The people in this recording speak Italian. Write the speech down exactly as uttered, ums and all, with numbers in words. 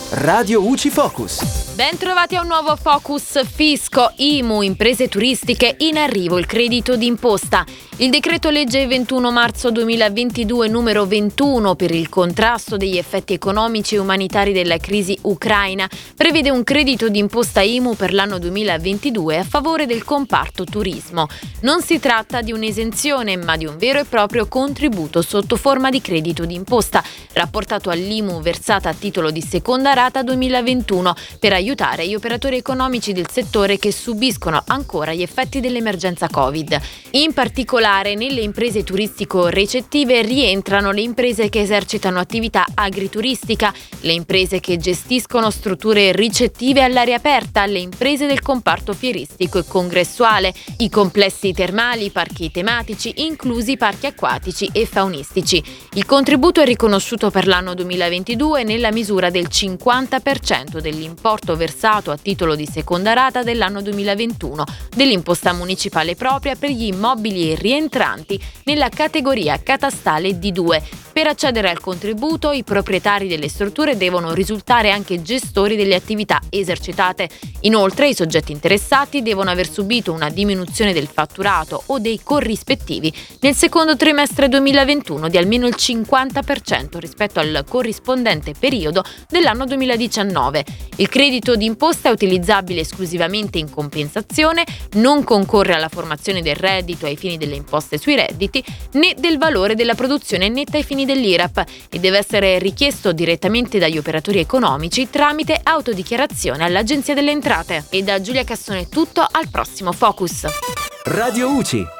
Radio U C I Focus. Ben trovati a un nuovo Focus Fisco, I M U, imprese turistiche, in arrivo il credito d'imposta. Il decreto legge ventuno marzo duemilaventidue numero ventuno per il contrasto degli effetti economici e umanitari della crisi ucraina prevede un credito d'imposta I M U per l'anno duemilaventidue a favore del comparto turismo. Non si tratta di un'esenzione, ma di un vero e proprio contributo sotto forma di credito d'imposta, rapportato all'I M U versata a titolo di seconda rata duemilaventuno per aiutare gli operatori economici del settore che subiscono ancora gli effetti dell'emergenza Covid. In particolare, nelle imprese turistico-recettive rientrano le imprese che esercitano attività agrituristica, le imprese che gestiscono strutture ricettive all'aria aperta, le imprese del comparto fieristico e congressuale, i complessi termali, i parchi tematici, inclusi parchi acquatici e faunistici. Il contributo è riconosciuto per l'anno duemilaventidue nella misura del cinquanta per cento dell'importo versato a titolo di seconda rata dell'anno duemilaventuno dell'imposta municipale propria per gli immobili rientranti nella categoria catastale D due. Per accedere al contributo, i proprietari delle strutture devono risultare anche gestori delle attività esercitate. Inoltre, i soggetti interessati devono aver subito una diminuzione del fatturato o dei corrispettivi nel secondo trimestre duemilaventuno di almeno il cinquanta per cento rispetto al corrispondente periodo dell'anno duemiladiciannove. Il credito d'imposta è utilizzabile esclusivamente in compensazione, non concorre alla formazione del reddito ai fini delle imposte sui redditi né del valore della produzione netta ai fini dell'I R A P e deve essere richiesto direttamente dagli operatori economici tramite autodichiarazione all'Agenzia delle Entrate. E da Giulia Cassone è tutto, al prossimo Focus. Radio U C I.